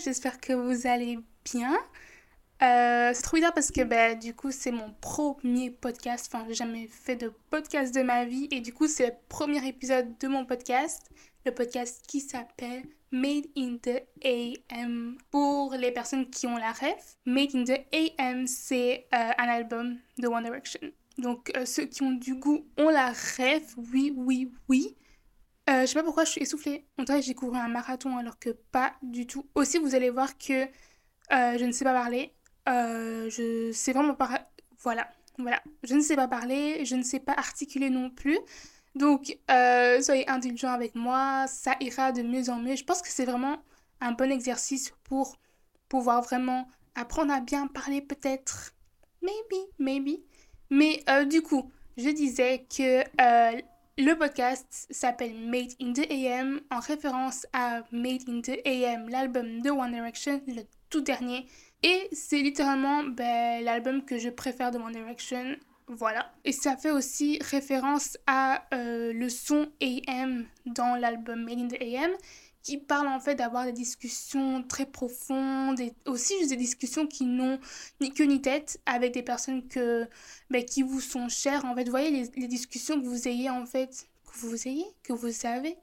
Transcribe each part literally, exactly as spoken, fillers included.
j'espère que vous allez bien. Euh, c'est trop bizarre parce que bah, du coup c'est mon premier podcast, enfin j'ai jamais fait de podcast de ma vie et du coup c'est le premier épisode de mon podcast, le podcast qui s'appelle Made in the A M. Pour les personnes qui ont la ref, Made in the A M c'est euh, un album de One Direction. Donc euh, ceux qui ont du goût ont la ref, oui oui oui. Euh, je sais pas pourquoi je suis essoufflée. On dirait que j'ai couru un marathon alors que pas du tout. Aussi, vous allez voir que euh, je ne sais pas parler. Euh, je sais vraiment pas. Voilà, voilà. Je ne sais pas parler, je ne sais pas articuler non plus. Donc, euh, soyez indulgents avec moi, ça ira de mieux en mieux. Je pense que c'est vraiment un bon exercice pour pouvoir vraiment apprendre à bien parler, peut-être. Maybe, maybe. Mais euh, du coup, je disais que euh, le podcast s'appelle Made in the A M en référence à Made in the A M, l'album de One Direction, le tout dernier. Et c'est littéralement ben, l'album que je préfère de One Direction. Voilà. Et ça fait aussi référence à euh, le son A M dans l'album Made in the A M qui parle en fait d'avoir des discussions très profondes et aussi juste des discussions qui n'ont ni queue ni tête avec des personnes que, ben, qui vous sont chères. En fait, vous voyez les, les discussions que vous ayez en fait, que vous ayez, que vous savez.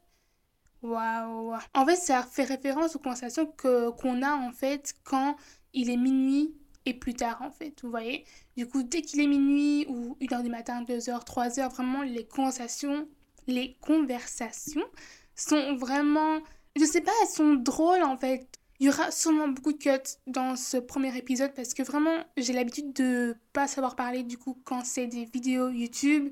Waouh. En fait, ça fait référence aux conversations que, qu'on a en fait quand il est minuit et plus tard en fait, vous voyez. Du coup, dès qu'il est minuit ou une heure du matin, deux heures, trois heures, vraiment les conversations, les conversations sont vraiment, je sais pas, elles sont drôles en fait. Il y aura sûrement beaucoup de cuts dans ce premier épisode parce que vraiment, j'ai l'habitude de pas savoir parler du coup quand c'est des vidéos YouTube.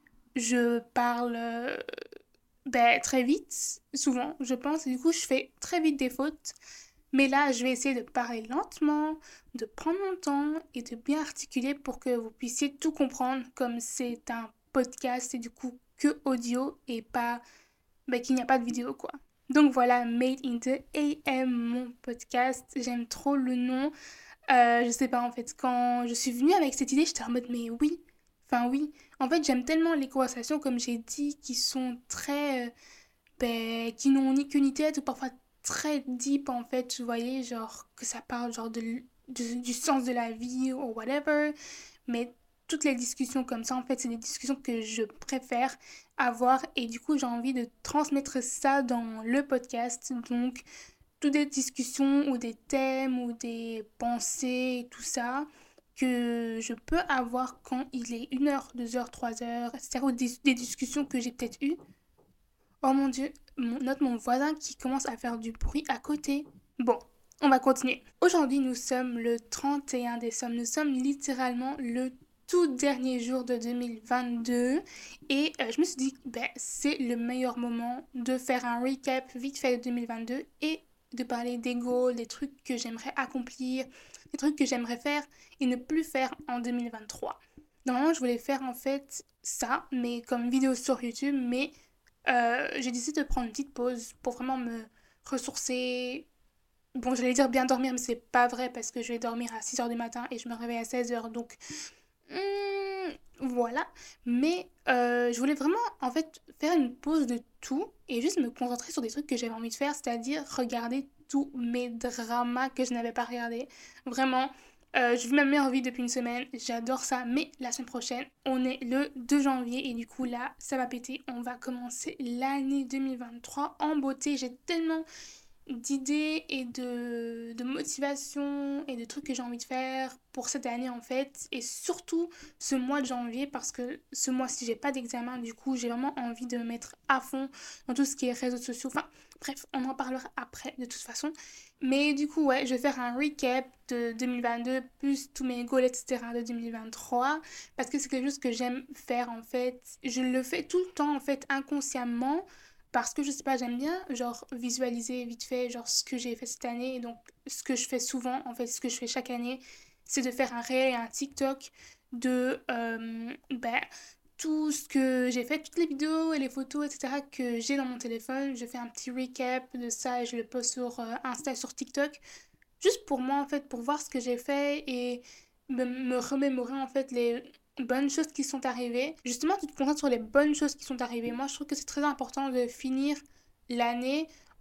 Je parle euh, ben, très vite, souvent, je pense. Et du coup, je fais très vite des fautes. Mais là, je vais essayer de parler lentement, de prendre mon temps et de bien articuler pour que vous puissiez tout comprendre comme c'est un podcast et du coup que audio et pas ben, qu'il n'y a pas de vidéo quoi. Donc voilà, Made in the A M, mon podcast. J'aime trop le nom. Euh, je sais pas en fait, quand je suis venue avec cette idée, j'étais en mode mais oui, enfin oui. En fait, j'aime tellement les conversations, comme j'ai dit, qui sont très, euh, ben, qui n'ont ni queue ni tête ou parfois très deep en fait, vous voyez, genre que ça parle genre de, l- de- du sens de la vie ou whatever. Mais toutes les discussions comme ça, en fait, c'est des discussions que je préfère avoir et du coup, j'ai envie de transmettre ça dans le podcast. Donc, toutes des discussions ou des thèmes ou des pensées et tout ça que je peux avoir quand il est une heure, deux heures, trois heures, et cetera. Ou des, des discussions que j'ai peut-être eues. Oh mon dieu, mon, note mon voisin qui commence à faire du bruit à côté. Bon, on va continuer. Aujourd'hui, nous sommes le trente et un décembre. Nous sommes littéralement le tout dernier jour de deux mille vingt-deux. Et euh, je me suis dit, ben, c'est le meilleur moment de faire un recap vite fait de deux mille vingt-deux et de parler des goals, des trucs que j'aimerais accomplir, des trucs que j'aimerais faire et ne plus faire en deux mille vingt-trois. Normalement, je voulais faire en fait ça, mais comme vidéo sur YouTube, mais euh, j'ai décidé de prendre une petite pause pour vraiment me ressourcer. Bon, j'allais dire bien dormir, mais c'est pas vrai parce que je vais dormir à six heures du matin et je me réveille à seize heures. Donc, hmm, voilà. Mais euh, je voulais vraiment, en fait, faire une pause de tout et juste me concentrer sur des trucs que j'avais envie de faire, c'est-à-dire regarder tous mes dramas que je n'avais pas regardés. Vraiment, euh, je vis ma meilleure vie depuis une semaine, j'adore ça, mais la semaine prochaine, on est le deux janvier et du coup là, ça va péter, on va commencer l'année deux mille vingt-trois en beauté. J'ai tellement d'idées et de, de motivation et de trucs que j'ai envie de faire pour cette année en fait et surtout ce mois de janvier parce que ce mois-ci j'ai pas d'examen du coup j'ai vraiment envie de me mettre à fond dans tout ce qui est réseaux sociaux, enfin bref on en parlera après de toute façon mais du coup ouais je vais faire un recap de deux mille vingt-deux plus tous mes goals etc de deux mille vingt-trois parce que c'est quelque chose que j'aime faire en fait, je le fais tout le temps en fait inconsciemment parce que je sais pas, j'aime bien genre visualiser vite fait genre ce que j'ai fait cette année et donc ce que je fais souvent en fait, ce que je fais chaque année, c'est de faire un réel et un TikTok de euh, ben, tout ce que j'ai fait, toutes les vidéos et les photos et cetera que j'ai dans mon téléphone. Je fais un petit recap de ça et je le poste sur euh, Insta et sur TikTok juste pour moi en fait, pour voir ce que j'ai fait et me, me remémorer en fait les bonnes choses qui sont arrivées. Justement, tu te concentres sur les bonnes choses qui sont arrivées. Moi, je trouve que c'est très important de finir l'année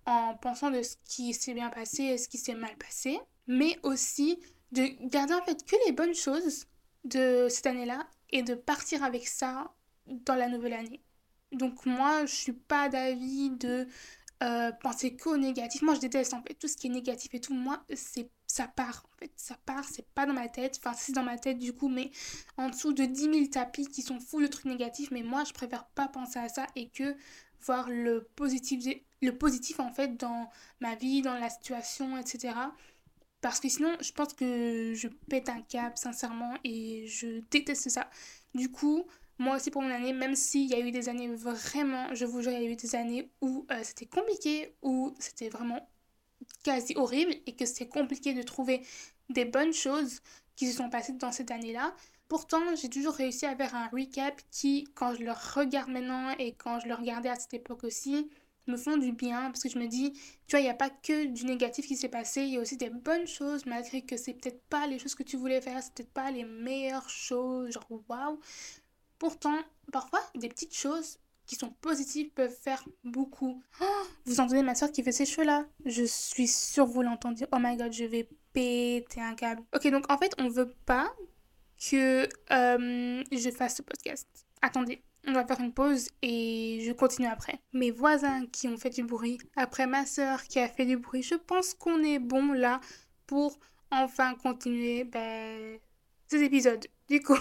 en pensant de ce qui s'est bien passé et ce qui s'est mal passé, mais aussi de garder en fait que les bonnes choses de cette année-là et de partir avec ça dans la nouvelle année. Donc moi, je suis pas d'avis de euh, penser qu'au négatif. Moi, je déteste en fait tout ce qui est négatif et tout. Moi, c'est ça part en fait. Ça part, c'est pas dans ma tête. Enfin, c'est dans ma tête du coup, mais en dessous de dix mille tapis qui sont full de trucs négatifs. Mais moi, je préfère pas penser à ça et que voir le positif, le positif en fait dans ma vie, dans la situation, et cetera. Parce que sinon, je pense que je pète un câble, sincèrement, et je déteste ça. Du coup, moi aussi pour mon année, même s'il y a eu des années vraiment, je vous jure, il y a eu des années où euh, c'était compliqué, où c'était vraiment quasi horrible, et que c'était compliqué de trouver des bonnes choses qui se sont passées dans cette année-là. Pourtant, j'ai toujours réussi à faire un recap qui, quand je le regarde maintenant et quand je le regardais à cette époque aussi, me font du bien parce que je me dis, tu vois, il n'y a pas que du négatif qui s'est passé, il y a aussi des bonnes choses, malgré que c'est peut-être pas les choses que tu voulais faire, c'est peut-être pas les meilleures choses, genre waouh. Pourtant, parfois, des petites choses qui sont positives peuvent faire beaucoup. Oh, vous entendez ma soeur qui fait ses cheveux là? Je suis sûre que vous l'entendez. Oh my god, je vais péter un câble. Ok, donc en fait, on veut pas que euh, je fasse ce podcast. Attendez, on va faire une pause et je continue après. Mes voisins qui ont fait du bruit, après ma soeur qui a fait du bruit, je pense qu'on est bon là pour enfin continuer ben, ces épisodes. Du coup,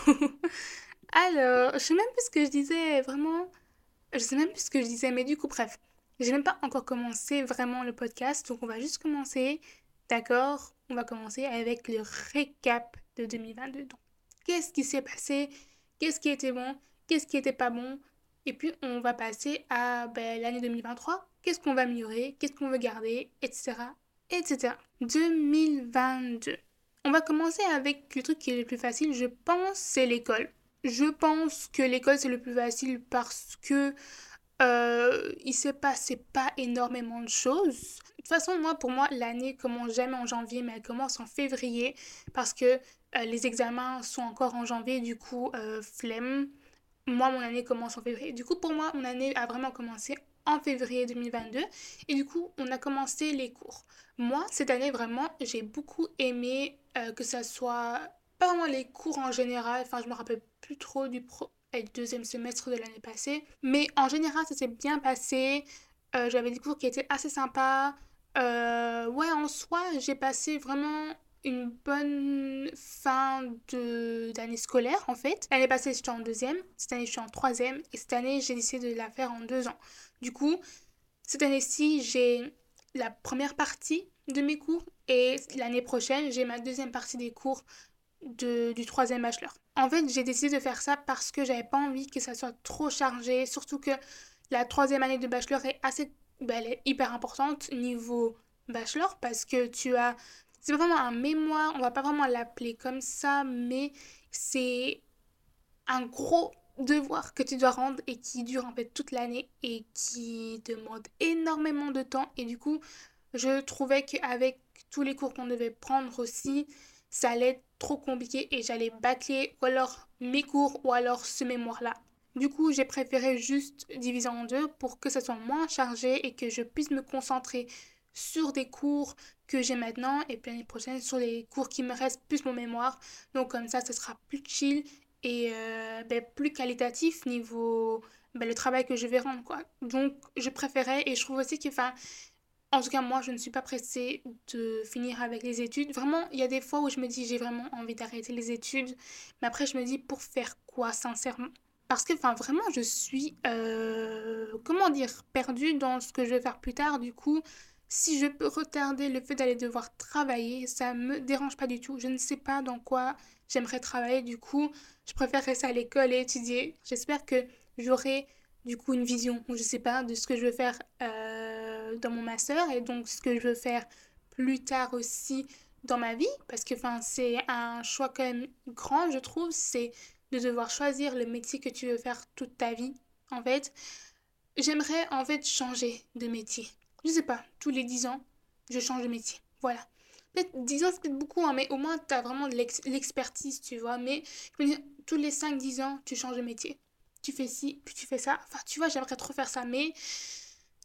alors, je sais même plus ce que je disais, vraiment. Je sais même plus ce que je disais, mais du coup, bref. J'ai même pas encore commencé vraiment le podcast, donc on va juste commencer. D'accord? On va commencer avec le récap de deux mille vingt-deux. Donc, qu'est-ce qui s'est passé? Qu'est-ce qui était bon? Qu'est-ce qui était pas bon? Et puis, on va passer à ben, l'année deux mille vingt-trois. Qu'est-ce qu'on va améliorer? Qu'est-ce qu'on veut garder? Etc. Etc. deux mille vingt-deux. On va commencer avec le truc qui est le plus facile, je pense, c'est l'école. Je pense que l'école c'est le plus facile parce que euh, il s'est passé pas énormément de choses. De toute façon, moi, pour moi, l'année commence jamais en janvier, mais elle commence en février parce que euh, les examens sont encore en janvier, du coup, euh, flemme. Moi, mon année commence en février. Du coup, pour moi, mon année a vraiment commencé en février deux mille vingt-deux. Et du coup, on a commencé les cours. Moi, cette année, vraiment, j'ai beaucoup aimé euh, que ça soit pas vraiment les cours en général. Enfin, je me rappelle plus trop du, pro et du deuxième semestre de l'année passée. Mais en général, ça s'est bien passé. Euh, j'avais des cours qui étaient assez sympas. Euh, ouais, en soi, j'ai passé vraiment une bonne fin de d'année scolaire en fait. L'année passée j'étais en deuxième, cette année je suis en troisième et cette année j'ai décidé de la faire en deux ans. Du coup, cette année-ci j'ai la première partie de mes cours et l'année prochaine j'ai ma deuxième partie des cours de, du troisième bachelor. En fait j'ai décidé de faire ça parce que j'avais pas envie que ça soit trop chargé, surtout que la troisième année de bachelor est assez, ben, elle est hyper importante niveau bachelor parce que tu as c'est pas vraiment un mémoire, on va pas vraiment l'appeler comme ça, mais c'est un gros devoir que tu dois rendre et qui dure en fait toute l'année et qui demande énormément de temps. Et du coup, je trouvais qu'avec tous les cours qu'on devait prendre aussi, ça allait être trop compliqué et j'allais bâcler ou alors mes cours ou alors ce mémoire-là. Du coup, j'ai préféré juste diviser en deux pour que ça soit moins chargé et que je puisse me concentrer sur des cours que j'ai maintenant et puis l'année prochaine sur les cours qui me restent plus mon mémoire. Donc comme ça, ce sera plus chill et euh, ben, plus qualitatif niveau ben, le travail que je vais rendre quoi. Donc je préférais et je trouve aussi que enfin en tout cas moi je ne suis pas pressée de finir avec les études. Vraiment, il y a des fois où je me dis j'ai vraiment envie d'arrêter les études, mais après je me dis pour faire quoi sincèrement? Parce que enfin vraiment je suis euh, comment dire perdue dans ce que je vais faire plus tard. Du coup, si je peux retarder le fait d'aller devoir travailler, ça me dérange pas du tout. Je ne sais pas dans quoi j'aimerais travailler. Du coup, je préfère rester à l'école et étudier. J'espère que j'aurai du coup une vision, je sais pas, de ce que je veux faire euh, dans mon master et donc ce que je veux faire plus tard aussi dans ma vie. Parce que enfin c'est un choix quand même grand, je trouve. C'est de devoir choisir le métier que tu veux faire toute ta vie. En fait, j'aimerais en fait changer de métier. Je sais pas, tous les dix ans, je change de métier. Voilà. Peut-être dix ans, c'est peut-être beaucoup, hein, mais au moins, tu as vraiment de l'ex- l'expertise, tu vois. Mais je veux dire, tous les cinq dix ans, tu changes de métier. Tu fais ci, puis tu fais ça. Enfin, tu vois, j'aimerais trop faire ça, mais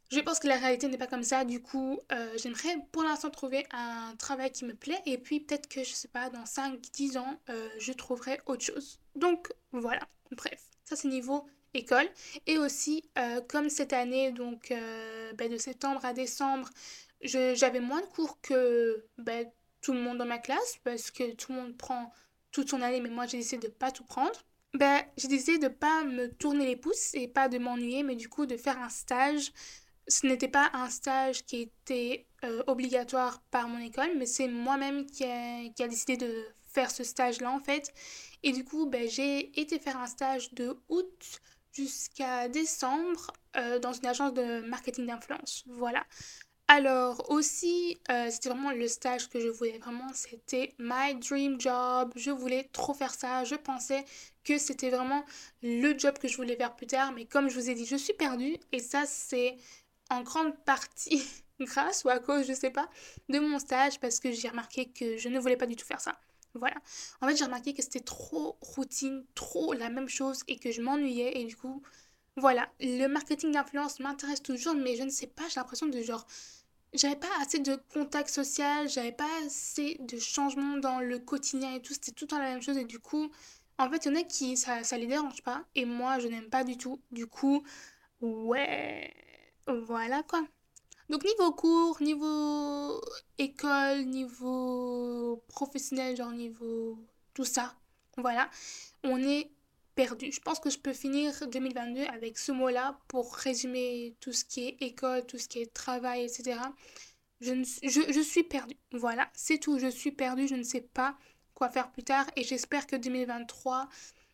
Je pense que la réalité n'est pas comme ça, du coup, euh, j'aimerais pour l'instant trouver un travail qui me plaît et puis peut-être que, je sais pas, dans cinq dix ans, euh, je trouverai autre chose. Donc voilà, bref, ça c'est niveau école. Et aussi, euh, comme cette année, donc euh, ben, de septembre à décembre, je- j'avais moins de cours que ben, tout le monde dans ma classe parce que tout le monde prend toute son année, mais moi j'ai décidé de pas tout prendre. Ben, j'ai décidé de pas me tourner les pouces et pas de m'ennuyer, mais du coup de faire un stage. Ce n'était pas un stage qui était euh, obligatoire par mon école, mais c'est moi-même qui a, qui a décidé de faire ce stage-là en fait. Et du coup, ben, j'ai été faire un stage de août jusqu'à décembre euh, dans une agence de marketing d'influence. Voilà. Alors aussi, euh, c'était vraiment le stage que je voulais. Vraiment, c'était my dream job. Je voulais trop faire ça. Je pensais que c'était vraiment le job que je voulais faire plus tard. Mais comme je vous ai dit, je suis perdue. Et ça, c'est en grande partie grâce ou à cause, je sais pas, de mon stage parce que j'ai remarqué que je ne voulais pas du tout faire ça. Voilà. En fait, j'ai remarqué que c'était trop routine, trop la même chose et que je m'ennuyais. Et du coup, voilà. Le marketing d'influence m'intéresse toujours, mais je ne sais pas, j'ai l'impression de genre j'avais pas assez de contact social, j'avais pas assez de changements dans le quotidien et tout, c'était tout le temps la même chose et du coup, en fait, il y en a qui ça, ça les dérange pas et moi je n'aime pas du tout. Du coup, ouais, voilà quoi. Donc niveau cours, niveau école, niveau professionnel, genre niveau tout ça, voilà, on est perdu. Je pense que je peux finir deux mille vingt-deux avec ce mot-là pour résumer tout ce qui est école, tout ce qui est travail, et cetera. Je, ne suis- je, je suis perdue. Voilà, c'est tout. Je suis perdue. Je ne sais pas quoi faire plus tard. Et j'espère que deux mille vingt-trois,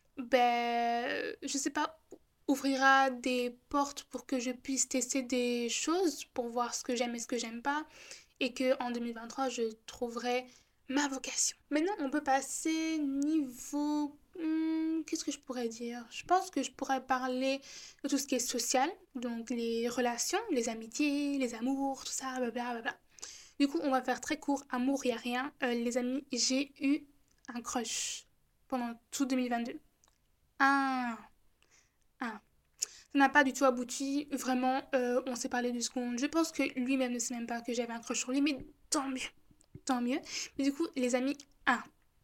ben, je sais pas, ouvrira des portes pour que je puisse tester des choses pour voir ce que j'aime et ce que j'aime pas. Et que en deux mille vingt-trois, je trouverai ma vocation. Maintenant, on peut passer niveau... hmm, qu'est-ce que je pourrais dire? Je pense que je pourrais parler de tout ce qui est social, donc les relations, les amitiés, les amours, tout ça, blablabla. Du coup, on va faire très court. Amour, il a rien. Euh, les amis, j'ai eu un crush pendant tout deux mille vingt-deux. Un, un. Ça n'a pas du tout abouti. Vraiment, euh, on s'est parlé deux secondes. Je pense que lui-même ne sait même pas que j'avais un crush sur lui, mais tant mieux. Tant mieux. Mais du coup, les amis, un.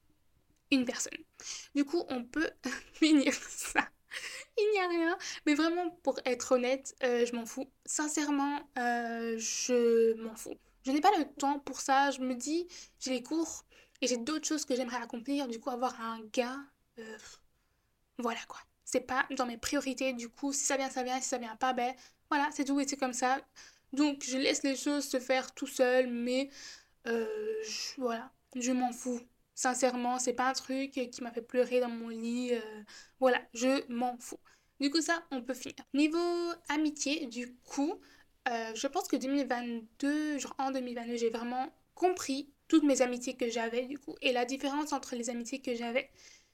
Une personne. Du coup, on peut finir ça. Il n'y a rien. Mais vraiment, pour être honnête, euh, je m'en fous. Sincèrement, euh, je m'en fous. Je n'ai pas le temps pour ça. Je me dis, j'ai les cours et j'ai d'autres choses que j'aimerais accomplir. Du coup, avoir un gars, euh, voilà quoi. C'est pas dans mes priorités. Du coup, si ça vient, ça vient. Si ça vient pas, ben voilà, c'est tout et c'est comme ça. Donc, je laisse les choses se faire tout seul. Mais euh, je- voilà, je m'en fous. Sincèrement, c'est pas un truc qui m'a fait pleurer dans mon lit. euh, voilà, je m'en fous. Du coup, ça, on peut finir. Niveau amitié, du coup, euh, je pense que deux mille vingt-deux, genre en deux mille vingt-deux, j'ai vraiment compris toutes mes amitiés que j'avais, du coup. Et la différence entre les amitiés que j'avais,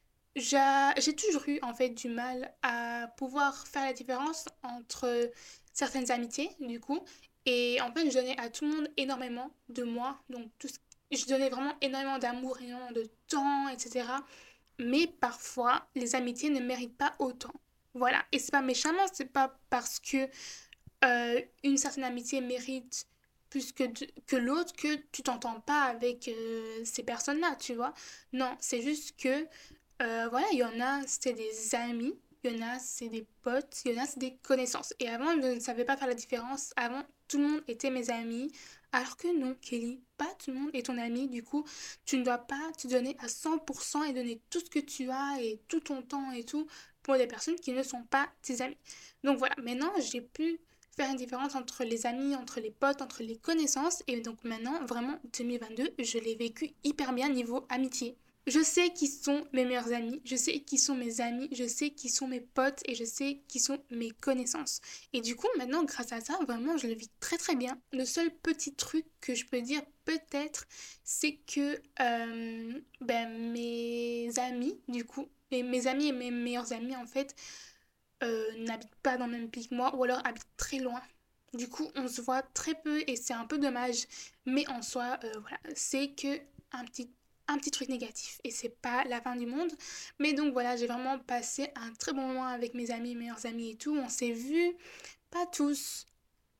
J'a- j'ai toujours eu en fait du mal à pouvoir faire la différence entre certaines amitiés du coup et en fait je donnais à tout le monde énormément de moi donc tout ce- je donnais vraiment énormément d'amour énormément de temps etc mais parfois les amitiés ne méritent pas autant voilà et c'est pas méchamment c'est pas parce que euh, une certaine amitié mérite plus que, de- que l'autre que tu t'entends pas avec euh, ces personnes-là, tu vois. Non, c'est juste que, euh, voilà, il y en a, c'est des amis, il y en a, c'est des potes, il y en a, c'est des connaissances. Et avant, je ne savais pas faire la différence. Avant, tout le monde était mes amis. Alors que non, Kelly, pas tout le monde est ton ami. Du coup, tu ne dois pas te donner à cent pour cent et donner tout ce que tu as et tout ton temps et tout pour des personnes qui ne sont pas tes amis. Donc voilà, maintenant, j'ai pu faire une différence entre les amis, entre les potes, entre les connaissances. Et donc maintenant, vraiment, deux mille vingt-deux, je l'ai vécu hyper bien niveau amitié. Je sais qui sont mes meilleurs amis, je sais qui sont mes amis, je sais qui sont mes potes et je sais qui sont mes connaissances. Et du coup, maintenant, grâce à ça, vraiment, je le vis très très bien. Le seul petit truc que je peux dire peut-être, c'est que euh, ben, mes amis, du coup, et mes amis et mes meilleurs amis, en fait, euh, n'habitent pas dans le même pays que moi ou alors habitent très loin. Du coup, on se voit très peu et c'est un peu dommage. Mais en soi, euh, voilà, c'est que un petit, un petit truc négatif et c'est pas la fin du monde. Mais donc voilà, j'ai vraiment passé un très bon moment avec mes amis, meilleurs amis et tout. On s'est vus, pas tous,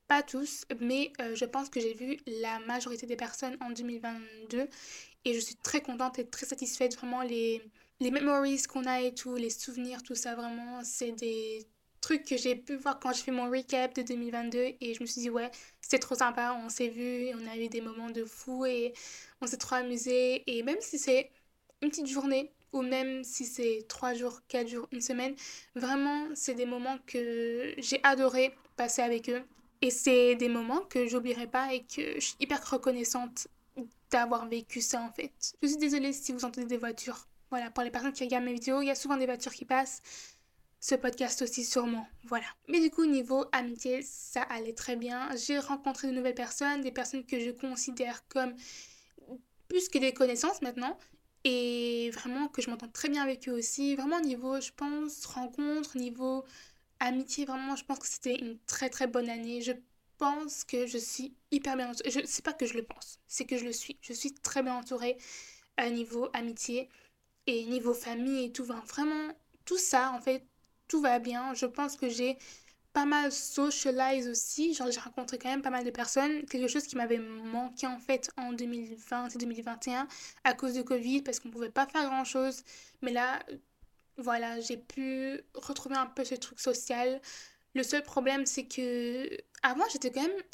pas tous, mais euh, je pense que j'ai vu la majorité des personnes en deux mille vingt-deux et je suis très contente et très satisfaite. Vraiment, les, les memories qu'on a et tout, les souvenirs, tout ça, vraiment, c'est des trucs que j'ai pu voir quand je fais mon recap de deux mille vingt-deux et je me suis dit, ouais, c'était trop sympa, on s'est vu, on a eu des moments de fou et on s'est trop amusé. Et même si c'est une petite journée, ou même si c'est trois jours, quatre jours, une semaine, vraiment, c'est des moments que j'ai adoré passer avec eux. Et c'est des moments que j'oublierai pas et que je suis hyper reconnaissante d'avoir vécu ça en fait. Je suis désolée si vous entendez des voitures. Voilà, pour les personnes qui regardent mes vidéos, il y a souvent des voitures qui passent. Ce podcast aussi sûrement, voilà. Mais du coup, niveau amitié, ça allait très bien. J'ai rencontré de nouvelles personnes, des personnes que je considère comme plus que des connaissances maintenant. Et vraiment que je m'entends très bien avec eux aussi. Vraiment niveau, je pense, rencontre, niveau amitié, vraiment, je pense que c'était une très très bonne année. Je pense que je suis hyper bien entourée. Je sais pas que je le pense, c'est que je le suis. Je suis très bien entourée à niveau amitié et niveau famille et tout. Enfin, vraiment, tout ça, en fait, tout va bien. Je pense que j'ai pas mal socialize aussi. Genre, j'ai rencontré quand même pas mal de personnes. Quelque chose qui m'avait manqué en fait en deux mille vingt et deux mille vingt et un à cause de Covid parce qu'on pouvait pas faire grand chose. Mais là, voilà, j'ai pu retrouver un peu ce truc social. Le seul problème, c'est que avant, j'étais quand même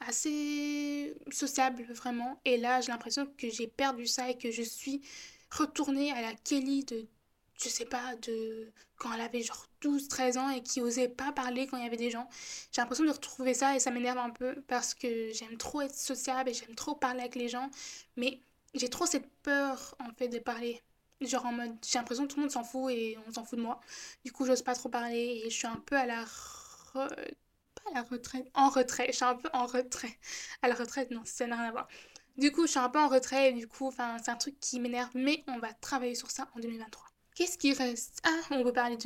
assez sociable, vraiment. Et là, j'ai l'impression que j'ai perdu ça et que je suis retournée à la Kelly de, je sais pas, de quand elle avait genre douze treize ans et qui osait pas parler quand il y avait des gens. J'ai l'impression de retrouver ça et ça m'énerve un peu parce que j'aime trop être sociable et j'aime trop parler avec les gens. Mais j'ai trop cette peur, en fait, de parler. Genre en mode, j'ai l'impression que tout le monde s'en fout et on s'en fout de moi. Du coup, j'ose pas trop parler et je suis un peu à la re- pas à la retraite, en retrait. Je suis un peu en retrait. À la retraite, non, ça n'a rien à voir. Du coup, je suis un peu en retrait et du coup, enfin, c'est un truc qui m'énerve, mais on va travailler sur ça en deux mille vingt-trois. Qu'est-ce qui reste? Ah, on peut parler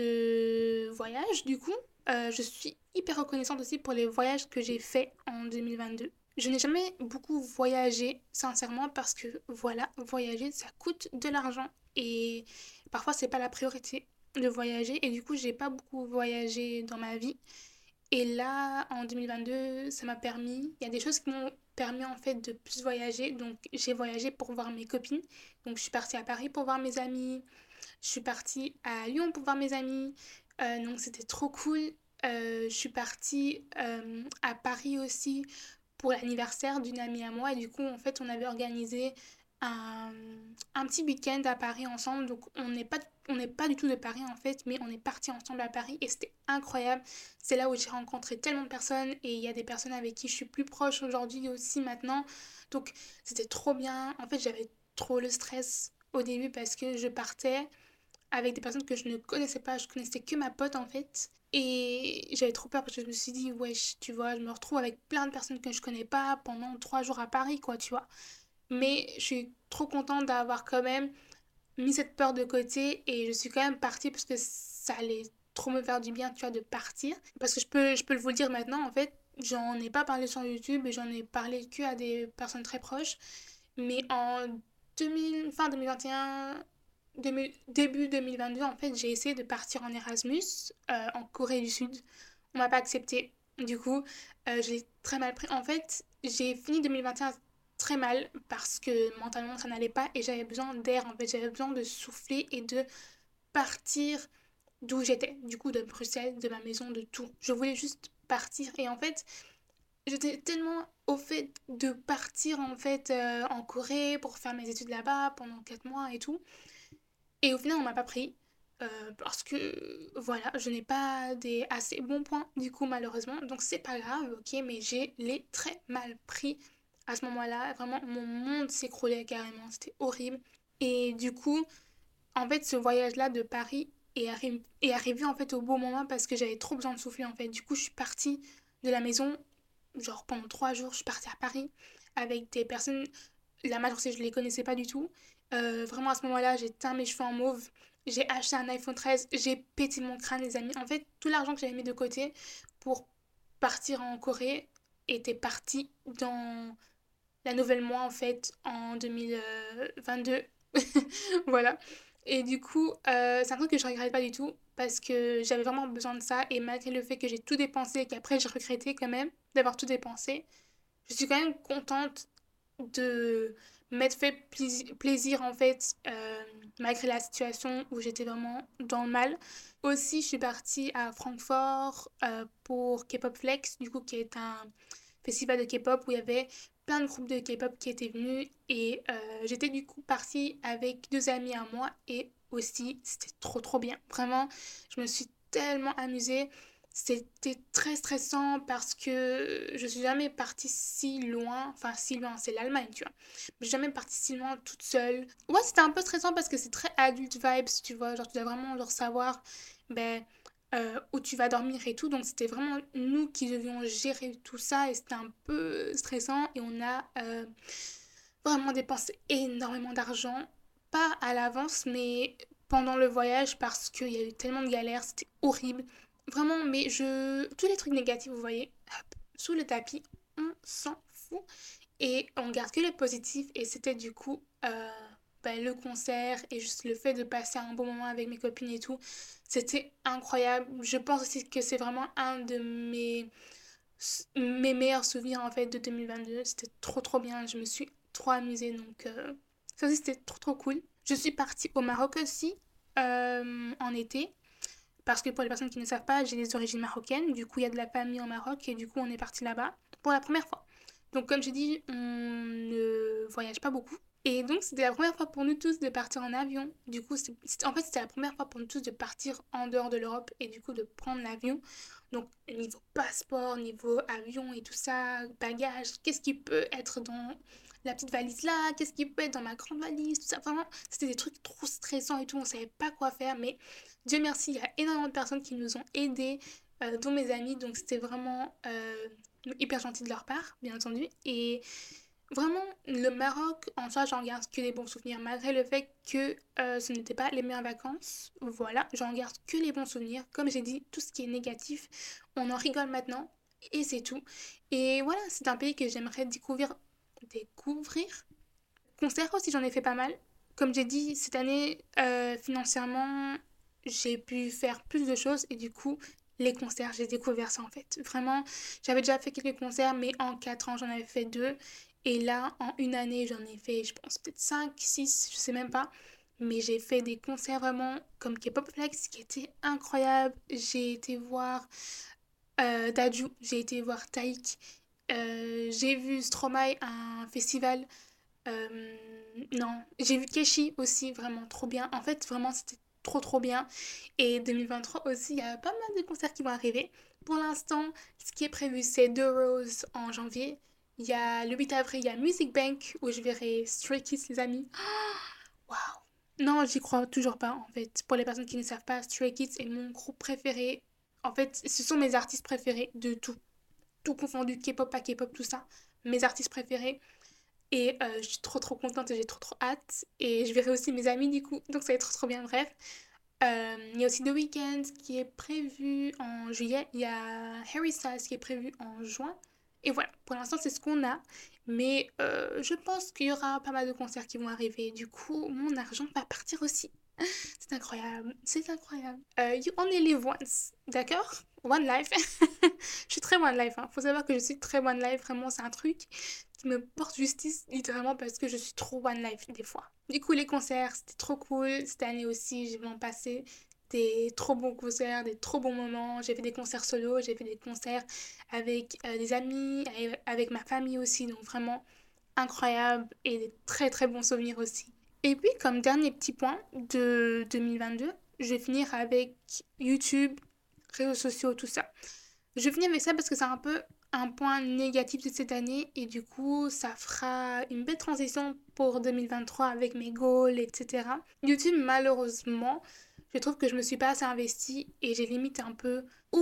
de voyage, du coup. Euh, je suis hyper reconnaissante aussi pour les voyages que j'ai faits en deux mille vingt-deux. Je n'ai jamais beaucoup voyagé, sincèrement, parce que voilà, voyager, ça coûte de l'argent. Et parfois, c'est pas la priorité de voyager. Et du coup, j'ai pas beaucoup voyagé dans ma vie. Et là, en deux mille vingt-deux, ça m'a permis, il y a des choses qui m'ont permis en fait de plus voyager. Donc j'ai voyagé pour voir mes copines. Donc je suis partie à Paris pour voir mes amis. Je suis partie à Lyon pour voir mes amis. Euh, donc c'était trop cool. Euh, je suis partie euh, à Paris aussi pour l'anniversaire d'une amie à moi. Et du coup, en fait, on avait organisé un, un petit week-end à Paris ensemble. Donc, on n'est pas, on n'est pas du tout de Paris en fait, mais on est partis ensemble à Paris et c'était incroyable. C'est là où j'ai rencontré tellement de personnes et il y a des personnes avec qui je suis plus proche aujourd'hui aussi maintenant. Donc, c'était trop bien. En fait, j'avais trop le stress au début parce que je partais avec des personnes que je ne connaissais pas, je connaissais que ma pote en fait. Et j'avais trop peur parce que je me suis dit, wesh, tu vois, je me retrouve avec plein de personnes que je connais pas pendant trois jours à Paris, quoi, tu vois. Mais je suis trop contente d'avoir quand même mis cette peur de côté et je suis quand même partie parce que ça allait trop me faire du bien, tu vois, de partir. Parce que je peux, je peux vous le dire maintenant, en fait, j'en ai pas parlé sur YouTube et j'en ai parlé que à des personnes très proches. Mais en deux mille, fin deux mille vingt et un, demi- début deux mille vingt-deux, en fait, j'ai essayé de partir en Erasmus euh, en Corée du Sud. On m'a pas accepté. Du coup, euh, je l'ai très mal pris. En fait, j'ai fini deux mille vingt et un très mal parce que mentalement ça n'allait pas et j'avais besoin d'air. En fait, j'avais besoin de souffler et de partir d'où j'étais. Du coup, de Bruxelles, de ma maison, de tout. Je voulais juste partir et en fait, j'étais tellement au fait de partir en fait euh, en Corée pour faire mes études là-bas pendant quatre mois et tout. Et au final, on m'a pas pris. euh, parce que voilà, je n'ai pas des assez bons points du coup malheureusement. Donc c'est pas grave, ok, mais j'ai les très mal pris à ce moment-là. Vraiment, mon monde s'écroulait carrément. C'était horrible. Et du coup, en fait, ce voyage-là de Paris est, arri- est arrivé en fait au bon moment parce que j'avais trop besoin de souffler en fait. Du coup, je suis partie de la maison, genre pendant trois jours, je suis partie à Paris avec des personnes, la majorité je les connaissais pas du tout. Euh, vraiment à ce moment-là, j'ai teint mes cheveux en mauve, j'ai acheté un iPhone treize, j'ai pété mon crâne les amis. En fait, tout l'argent que j'avais mis de côté pour partir en Corée était parti dans la nouvelle moi en fait en deux mille vingt-deux. Voilà. Et du coup, euh, c'est un truc que je regrette pas du tout parce que j'avais vraiment besoin de ça et malgré le fait que j'ai tout dépensé et qu'après j'ai regretté quand même d'avoir tout dépensé, je suis quand même contente de m'être fait plaisir, plaisir en fait, euh, malgré la situation où j'étais vraiment dans le mal. Aussi, je suis partie à Francfort euh, pour K-Pop Flex, du coup, qui est un festival de K-pop où il y avait plein de groupes de K-pop qui étaient venus et euh, j'étais du coup partie avec deux amis à moi et aussi c'était trop trop bien. Vraiment, je me suis tellement amusée. C'était très stressant parce que je suis jamais partie si loin, enfin si loin, c'est l'Allemagne, tu vois. Mais je suis jamais partie si loin toute seule. Ouais, c'était un peu stressant parce que c'est très adulte vibes, tu vois. Genre, tu dois vraiment genre savoir ben, euh, où tu vas dormir et tout. Donc, c'était vraiment nous qui devions gérer tout ça et c'était un peu stressant. Et on a euh, vraiment dépensé énormément d'argent. Pas à l'avance, mais pendant le voyage parce qu'il y a eu tellement de galères, c'était horrible. Vraiment, mais je... Tous les trucs négatifs, vous voyez, hop, sous le tapis, on s'en fout. Et on garde que les positifs. Et c'était du coup euh, ben, le concert et juste le fait de passer un bon moment avec mes copines et tout. C'était incroyable. Je pense aussi que c'est vraiment un de mes, mes meilleurs souvenirs en fait de deux mille vingt-deux. C'était trop trop bien. Je me suis trop amusée. Donc euh, ça aussi c'était trop trop cool. Je suis partie au Maroc aussi euh, en été. Parce que pour les personnes qui ne savent pas, j'ai des origines marocaines. Du coup, il y a de la famille au Maroc et du coup, on est parti là-bas pour la première fois. Donc, comme j'ai dit, on ne voyage pas beaucoup. Et donc, c'était la première fois pour nous tous de partir en avion. Du coup, c'est, c'est- en fait, c'était la première fois pour nous tous de partir en dehors de l'Europe et du coup de prendre l'avion. Donc, niveau passeport, niveau avion et tout ça, bagages, qu'est-ce qui peut être dans la petite valise là, qu'est-ce qui peut être dans ma grande valise, tout ça. Vraiment, c'était des trucs trop stressants et tout, on savait pas quoi faire. Mais Dieu merci, il y a énormément de personnes qui nous ont aidés, euh, dont mes amis. Donc, c'était vraiment euh, hyper gentil de leur part, bien entendu. Et vraiment, le Maroc, en soi, j'en garde que des bons souvenirs, malgré le fait que euh, ce n'était pas les meilleures vacances. Voilà, j'en garde que les bons souvenirs. Comme j'ai dit, tout ce qui est négatif, on en rigole maintenant, et c'est tout. Et voilà, c'est un pays que j'aimerais découvrir. Découvrir Concert aussi, j'en ai fait pas mal. Comme j'ai dit, cette année, euh, financièrement, j'ai pu faire plus de choses et du coup, les concerts, j'ai découvert ça en fait. Vraiment, j'avais déjà fait quelques concerts, mais en quatre ans, j'en avais fait deux. Et là, en une année, j'en ai fait, je pense, peut-être cinq six je sais même pas. Mais j'ai fait des concerts vraiment comme K-Pop Flex qui étaient incroyables. J'ai été voir euh, Daju, j'ai été voir Taïk. Euh, j'ai vu Stromae à un festival. Euh, non, j'ai vu Keshi aussi, vraiment trop bien. En fait, vraiment, c'était trop trop bien. Et deux mille vingt-trois aussi, il y a pas mal de concerts qui vont arriver. Pour l'instant, ce qui est prévu, c'est deux Roses en janvier. Il y a le huit avril, il y a Music Bank où je verrai Stray Kids, les amis. Waouh! Non, j'y crois toujours pas, en fait. Pour les personnes qui ne savent pas, Stray Kids est mon groupe préféré. En fait, ce sont mes artistes préférés de tout. Tout confondu, K-pop, pas K-pop, tout ça. Mes artistes préférés. Et euh, je suis trop trop contente et j'ai trop trop hâte. Et je verrai aussi mes amis du coup. Donc ça va être trop trop bien. Bref. Euh, Il y a aussi The Weeknd qui est prévu en juillet. Il y a Harry Styles qui est prévu en juin. Et voilà, pour l'instant c'est ce qu'on a. Mais euh, je pense qu'il y aura pas mal de concerts qui vont arriver. Du coup, mon argent va partir aussi. C'est incroyable, c'est incroyable. Euh, you only live once, d'accord? One life. Je suis très one life, hein. Faut savoir que je suis très one life, vraiment, c'est un truc qui me porte justice, littéralement, parce que je suis trop one life des fois. Du coup, les concerts, c'était trop cool. Cette année aussi, j'ai vraiment passé des trop bons concerts, des trop bons moments. J'ai fait des concerts solo, j'ai fait des concerts avec euh, des amis, avec ma famille aussi, donc vraiment incroyable et des très très bons souvenirs aussi. Et puis, comme dernier petit point de deux mille vingt-deux, je vais finir avec YouTube, réseaux sociaux, tout ça. Je vais finir avec ça parce que c'est un peu un point négatif de cette année et du coup, ça fera une belle transition pour deux mille vingt-trois avec mes goals, et cetera. YouTube, malheureusement, je trouve que je me suis pas assez investie et j'ai limite un peu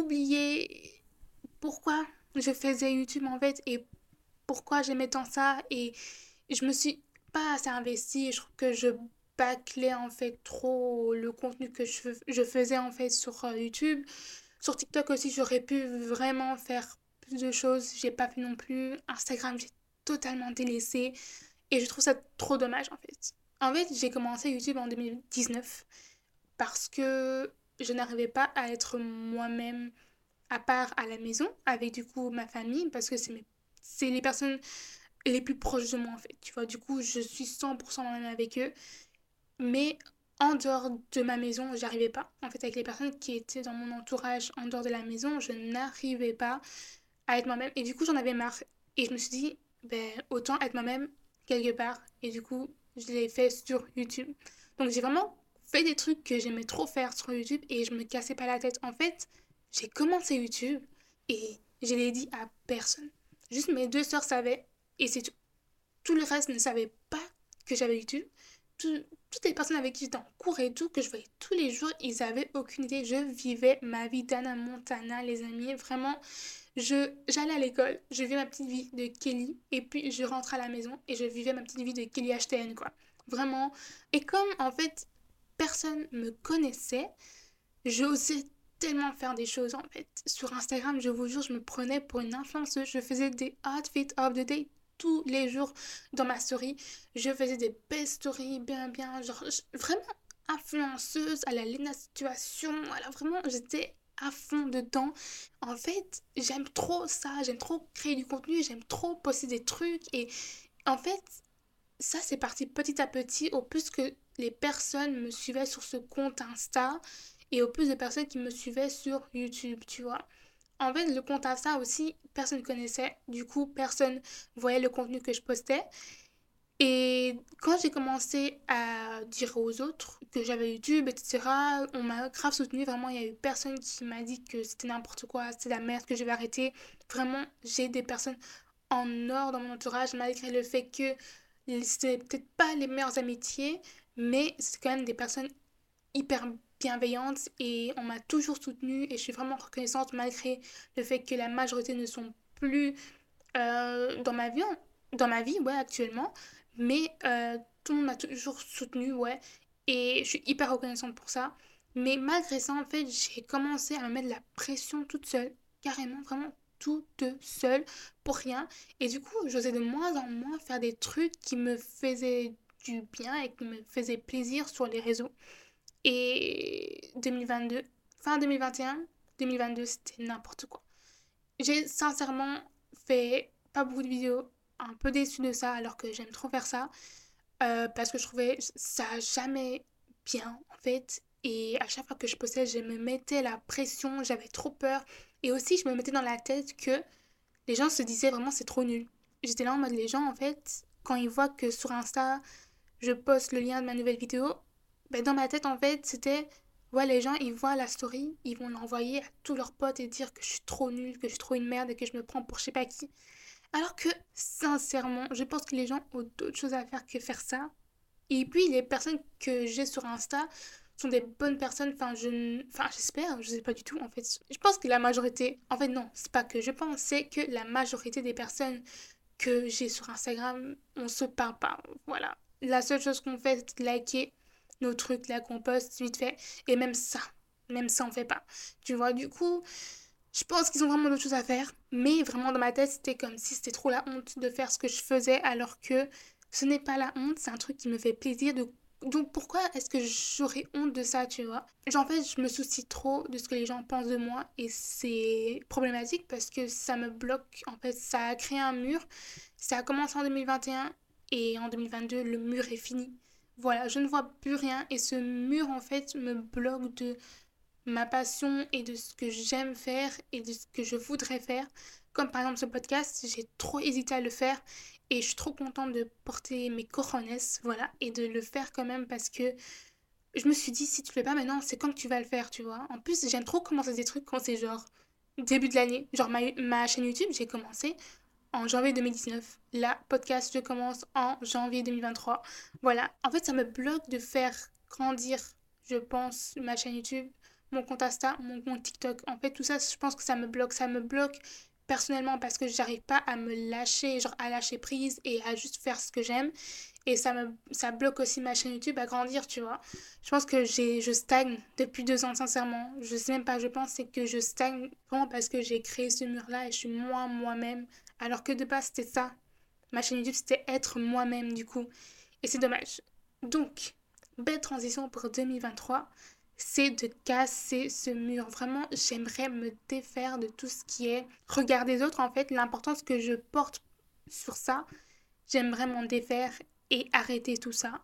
oublié pourquoi je faisais YouTube en fait et pourquoi j'aimais tant ça et je me suis pas assez investie et je trouve que je bâclais en fait trop le contenu que je, je faisais en fait sur euh, YouTube. Sur TikTok aussi, j'aurais pu vraiment faire plus de choses. J'ai pas fait non plus. Instagram, j'ai totalement délaissé et je trouve ça trop dommage en fait. En fait, j'ai commencé YouTube en deux mille dix-neuf parce que je n'arrivais pas à être moi-même à part à la maison avec du coup ma famille parce que c'est mes... c'est les personnes les plus proches de moi en fait, tu vois. Du coup, je suis cent pour cent moi-même avec eux, mais en dehors de ma maison, j'arrivais pas. En fait, avec les personnes qui étaient dans mon entourage en dehors de la maison, je n'arrivais pas à être moi-même. Et du coup, j'en avais marre. Et je me suis dit, ben, autant être moi-même quelque part. Et du coup, je l'ai fait sur YouTube. Donc, j'ai vraiment fait des trucs que j'aimais trop faire sur YouTube et je me cassais pas la tête. En fait, j'ai commencé YouTube et je l'ai dit à personne. Juste mes deux sœurs savaient et c'est tout. Tout le reste ne savait pas que j'avais YouTube. Tout- toutes les personnes avec qui j'étais en cours et tout, que je voyais tous les jours, ils avaient aucune idée. Je vivais ma vie d'Anna Montana, les amis. Vraiment, je, j'allais à l'école, je vivais ma petite vie de Kelly, et puis je rentrais à la maison et je vivais ma petite vie de Kelly H T N, quoi. Vraiment. Et comme, en fait, personne me connaissait, j'osais tellement faire des choses, en fait. Sur Instagram, je vous jure, je me prenais pour une influenceuse. Je faisais des outfits of the day tous les jours dans ma story. Je faisais des belles stories bien, bien, genre, je- vraiment influenceuse à la Lena Situation. Voilà, vraiment, j'étais à fond dedans. En fait, j'aime trop ça, j'aime trop créer du contenu, j'aime trop poster des trucs. Et en fait, ça, c'est parti petit à petit au plus que les personnes me suivaient sur ce compte Insta et au plus de personnes qui me suivaient sur YouTube, tu vois. En fait, le compte Insta aussi, personne ne connaissait. Du coup, personne voyait le contenu que je postais. Et quand j'ai commencé à dire aux autres que j'avais YouTube, et cetera, on m'a grave soutenu. Vraiment, il y a eu personne qui m'a dit que c'était n'importe quoi, c'était la merde, que je vais arrêter. Vraiment, j'ai des personnes en or dans mon entourage, malgré le fait que c'était peut-être pas les meilleures amitiés, mais c'est quand même des personnes hyper bienveillantes et on m'a toujours soutenue et je suis vraiment reconnaissante malgré le fait que la majorité ne sont plus euh, dans ma vie, dans ma vie, ouais, actuellement. Mais euh, tout le monde m'a toujours soutenue, ouais. Et je suis hyper reconnaissante pour ça. Mais malgré ça, en fait, j'ai commencé à me mettre de la pression toute seule. Carrément, vraiment toute seule, pour rien. Et du coup, j'osais de moins en moins faire des trucs qui me faisaient du bien et qui me faisaient plaisir sur les réseaux. Et deux mille vingt-deux, fin deux mille vingt et un, deux mille vingt-deux, c'était n'importe quoi. J'ai sincèrement fait pas beaucoup de vidéos, un peu déçue de ça alors que j'aime trop faire ça euh, parce que je trouvais ça jamais bien en fait et à chaque fois que je postais je me mettais la pression, j'avais trop peur et aussi je me mettais dans la tête que les gens se disaient vraiment c'est trop nul. J'étais là en mode les gens en fait quand ils voient que sur Insta je poste le lien de ma nouvelle vidéo, ben dans ma tête en fait c'était ouais les gens ils voient la story, ils vont l'envoyer à tous leurs potes et dire que je suis trop nulle, que je suis trop une merde et que je me prends pour je sais pas qui. Alors que sincèrement, je pense que les gens ont d'autres choses à faire que faire ça. Et puis les personnes que j'ai sur Insta sont des bonnes personnes, enfin je enfin j'espère, je sais pas du tout en fait. Je pense que la majorité, en fait non, c'est pas que je pense, c'est que la majorité des personnes que j'ai sur Instagram, on se parle pas. Voilà. La seule chose qu'on fait, c'est de liker nos trucs là qu'on poste vite fait. Et même ça, même ça, on fait pas. Tu vois, du coup, je pense qu'ils ont vraiment d'autres choses à faire. Mais vraiment, dans ma tête, c'était comme si c'était trop la honte de faire ce que je faisais, alors que ce n'est pas la honte, c'est un truc qui me fait plaisir de donc pourquoi est-ce que j'aurais honte de ça, tu vois? Genre en fait, je me soucie trop de ce que les gens pensent de moi et c'est problématique parce que ça me bloque. En fait, ça a créé un mur. Ça a commencé en deux mille vingt et un et en deux mille vingt-deux, le mur est fini. Voilà, je ne vois plus rien et ce mur en fait me bloque de ma passion et de ce que j'aime faire et de ce que je voudrais faire. Comme par exemple ce podcast, j'ai trop hésité à le faire et je suis trop contente de porter mes cojones, voilà, et de le faire quand même parce que je me suis dit, si tu le fais pas maintenant, c'est quand que tu vas le faire, tu vois. En plus, j'aime trop commencer des trucs quand c'est genre début de l'année. Genre ma, ma chaîne YouTube, j'ai commencé en janvier deux mille dix-neuf. La podcast, je commence en janvier deux mille vingt-trois. Voilà. En fait, ça me bloque de faire grandir, je pense, ma chaîne YouTube, mon compte Insta, mon compte TikTok. En fait, tout ça, je pense que ça me bloque. Ça me bloque personnellement parce que j'arrive pas à me lâcher, genre à lâcher prise et à juste faire ce que j'aime. Et ça me ça bloque aussi ma chaîne YouTube à grandir, tu vois. Je pense que j'ai je stagne depuis deux ans, sincèrement. Je sais même pas, je pense c'est que je stagne vraiment parce que j'ai créé ce mur-là et je suis moi moi-même. Alors que de base, c'était ça. Ma chaîne YouTube, c'était être moi-même, du coup. Et c'est dommage. Donc, belle transition pour deux mille vingt-trois. c'est de casser ce mur. Vraiment, j'aimerais me défaire de tout ce qui est regard des autres. En fait, l'importance que je porte sur ça, j'aimerais m'en défaire et arrêter tout ça.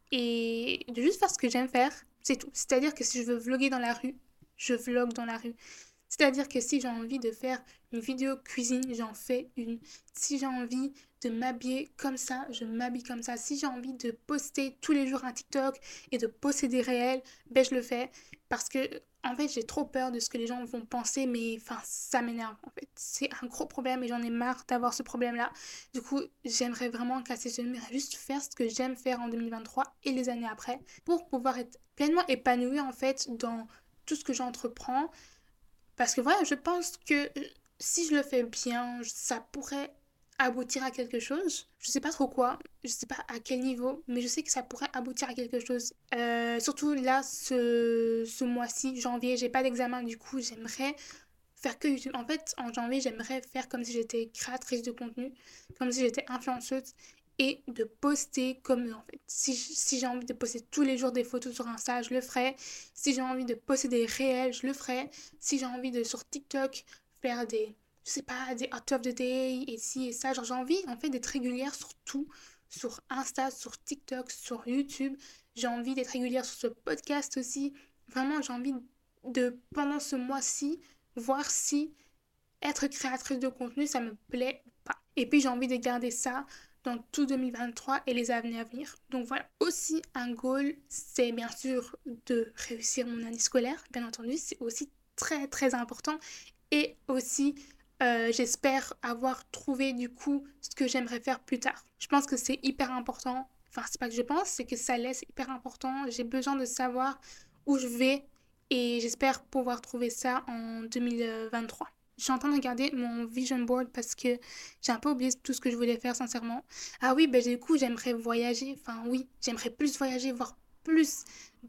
Et de juste faire ce que j'aime faire, c'est tout. C'est-à-dire que si je veux vlogger dans la rue, je vlog dans la rue. C'est-à-dire que si j'ai envie de faire une vidéo cuisine, j'en fais une. Si j'ai envie de m'habiller comme ça, je m'habille comme ça. Si j'ai envie de poster tous les jours un TikTok et de poster des réels, ben je le fais. Parce que, en fait, j'ai trop peur de ce que les gens vont penser, mais enfin, ça m'énerve, en fait. C'est un gros problème et j'en ai marre d'avoir ce problème-là. Du coup, j'aimerais vraiment casser ce mur et juste faire ce que j'aime faire en deux mille vingt-trois et les années après pour pouvoir être pleinement épanouie, en fait, dans tout ce que j'entreprends parce que voilà, je pense que euh, si je le fais bien, ça pourrait aboutir à quelque chose. Je sais pas trop quoi, je sais pas à quel niveau, mais je sais que ça pourrait aboutir à quelque chose. Euh, surtout là, ce, ce mois-ci, janvier, j'ai pas d'examen, du coup, j'aimerais faire que YouTube. En fait, en janvier, j'aimerais faire comme si j'étais créatrice de contenu, comme si j'étais influenceuse et de poster comme eux en fait. Si, si j'ai envie de poster tous les jours des photos sur Insta, je le ferai. Si j'ai envie de poster des réels, je le ferai. Si j'ai envie de sur TikTok faire des, je sais pas, des out of the day et ci et ça, genre j'ai envie en fait d'être régulière sur tout, sur Insta, sur TikTok, sur YouTube. J'ai envie d'être régulière sur ce podcast aussi. Vraiment, j'ai envie de pendant ce mois-ci voir si être créatrice de contenu, ça me plaît pas. Et puis j'ai envie de garder ça dans tout deux mille vingt-trois et les années à venir. Donc voilà. Aussi, un goal, c'est bien sûr de réussir mon année scolaire. Bien entendu, c'est aussi très très important. Et aussi, euh, j'espère avoir trouvé du coup ce que j'aimerais faire plus tard. Je pense que c'est hyper important. Enfin, c'est pas que je pense, c'est que ça l'est, c'est hyper important. J'ai besoin de savoir où je vais et j'espère pouvoir trouver ça en deux mille vingt-trois. Je suis en train de regarder mon vision board parce que j'ai un peu oublié tout ce que je voulais faire sincèrement. Ah oui, ben du coup j'aimerais voyager. Enfin oui, j'aimerais plus voyager, voir plus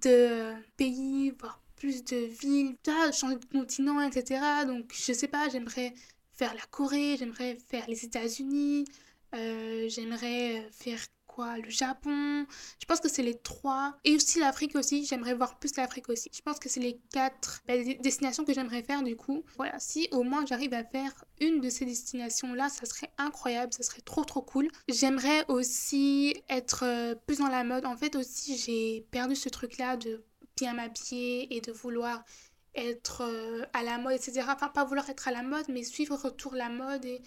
de pays, voir plus de villes, ah, changer de continent, et cetera. Donc je sais pas, j'aimerais faire la Corée, j'aimerais faire les États-Unis, euh, j'aimerais faire quoi, le Japon. Je pense que c'est les trois. Et aussi l'Afrique aussi, j'aimerais voir plus l'Afrique aussi. Je pense que c'est les quatre bah, destinations que j'aimerais faire du coup. Voilà, si au moins j'arrive à faire une de ces destinations-là, ça serait incroyable, ça serait trop trop cool. J'aimerais aussi être euh, plus dans la mode. En fait aussi, j'ai perdu ce truc-là de bien m'habiller et de vouloir être euh, à la mode, et cetera. Enfin, pas vouloir être à la mode, mais suivre retour la mode et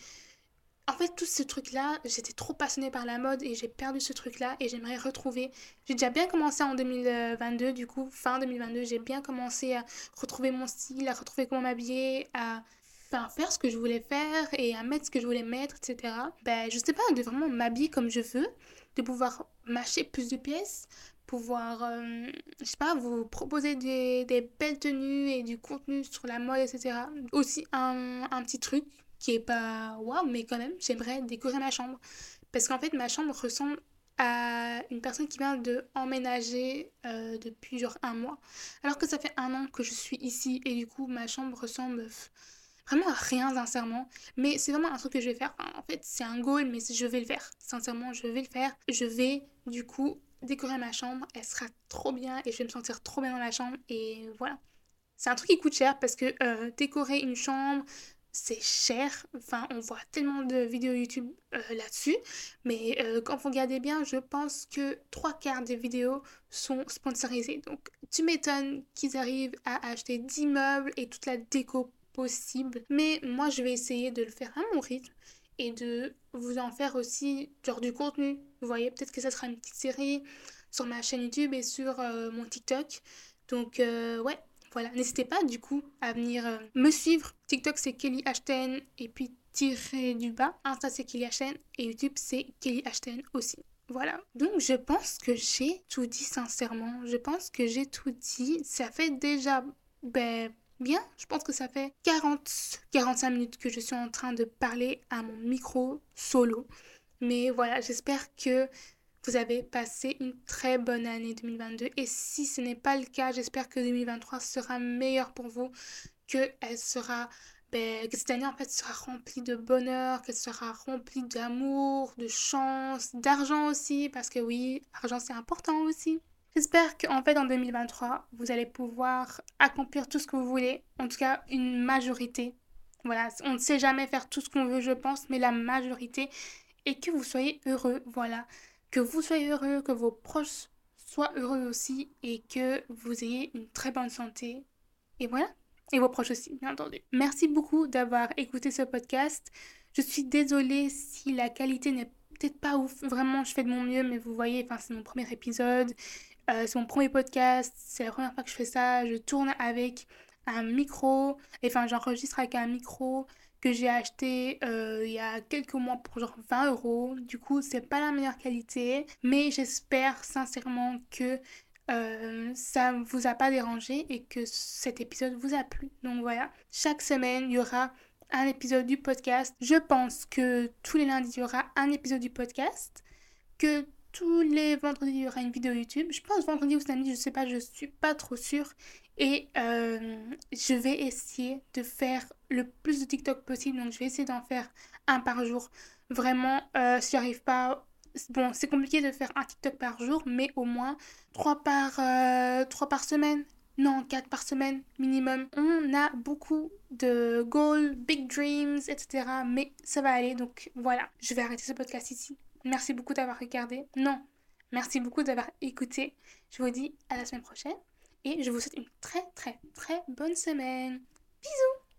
en fait, tout ce truc-là, j'étais trop passionnée par la mode et j'ai perdu ce truc-là et j'aimerais retrouver. J'ai déjà bien commencé en deux mille vingt-deux, du coup, fin deux mille vingt-deux, j'ai bien commencé à retrouver mon style, à retrouver comment m'habiller, à enfin, faire ce que je voulais faire et à mettre ce que je voulais mettre, et cetera. Ben, je sais pas, de vraiment m'habiller comme je veux, de pouvoir m'acheter plus de pièces, pouvoir, euh, je sais pas, vous proposer des, des belles tenues et du contenu sur la mode, et cetera. Aussi, un, un petit truc qui est pas waouh, mais quand même, j'aimerais décorer ma chambre. Parce qu'en fait, ma chambre ressemble à une personne qui vient de emménager euh, depuis genre un mois. Alors que ça fait un an que je suis ici et du coup, ma chambre ressemble vraiment à rien, sincèrement. Mais c'est vraiment un truc que je vais faire. Enfin, en fait, c'est un goal, mais je vais le faire. Sincèrement, je vais le faire. Je vais, du coup, décorer ma chambre. Elle sera trop bien et je vais me sentir trop bien dans la chambre. Et voilà. C'est un truc qui coûte cher parce que euh, décorer une chambre, c'est cher. Enfin, on voit tellement de vidéos YouTube euh, là-dessus. Mais euh, quand vous regardez bien, je pense que trois quarts des vidéos sont sponsorisées. Donc, tu m'étonnes qu'ils arrivent à acheter dix meubles et toute la déco possible. Mais moi, je vais essayer de le faire à mon rythme et de vous en faire aussi genre du contenu. Vous voyez, peut-être que ça sera une petite série sur ma chaîne YouTube et sur euh, mon TikTok. Donc, euh, ouais. Voilà, n'hésitez pas du coup à venir euh, me suivre. TikTok c'est Kelly Ashton et puis tirer du bas. Insta c'est Kelly Ashton et YouTube c'est Kelly Ashton aussi. Voilà, donc je pense que j'ai tout dit sincèrement. Je pense que j'ai tout dit. Ça fait déjà ben, bien. Je pense que ça fait quarante à quarante-cinq minutes que je suis en train de parler à mon micro solo. Mais voilà, j'espère que vous avez passé une très bonne année deux mille vingt-deux et si ce n'est pas le cas, j'espère que deux mille vingt-trois sera meilleure pour vous, qu'elle sera, ben, que cette année en fait sera remplie de bonheur, qu'elle sera remplie d'amour, de chance, d'argent aussi, parce que oui, l'argent c'est important aussi. J'espère qu'en fait en deux mille vingt-trois, vous allez pouvoir accomplir tout ce que vous voulez, en tout cas une majorité. Voilà, on ne sait jamais faire tout ce qu'on veut, je pense, mais la majorité, et que vous soyez heureux, voilà. Que vous soyez heureux, que vos proches soient heureux aussi, et que vous ayez une très bonne santé. Et voilà. Et vos proches aussi, bien entendu. Merci beaucoup d'avoir écouté ce podcast. Je suis désolée si la qualité n'est peut-être pas ouf. Vraiment, je fais de mon mieux, mais vous voyez, enfin, c'est mon premier épisode. Euh, c'est mon premier podcast. C'est la première fois que je fais ça. Je tourne avec un micro. Enfin, j'enregistre avec un micro que j'ai acheté euh, il y a quelques mois pour genre vingt euros. Du coup, c'est pas la meilleure qualité. Mais j'espère sincèrement que euh, ça ne vous a pas dérangé et que cet épisode vous a plu. Donc voilà, chaque semaine, il y aura un épisode du podcast. Je pense que tous les lundis, il y aura un épisode du podcast. Que tous les vendredis, il y aura une vidéo YouTube. Je pense vendredi ou samedi, je sais pas, je suis pas trop sûre. Et euh, je vais essayer de faire le plus de TikTok possible. Donc je vais essayer d'en faire un par jour. Vraiment, euh, si j'arrive pas... Bon, c'est compliqué de faire un TikTok par jour, mais au moins trois par, euh, trois par semaine. Non, quatre par semaine minimum. On a beaucoup de goals, big dreams, et cetera. Mais ça va aller, donc voilà. Je vais arrêter ce podcast ici. Merci beaucoup d'avoir regardé. Non, merci beaucoup d'avoir écouté. Je vous dis à la semaine prochaine et je vous souhaite une très très très bonne semaine. Bisous!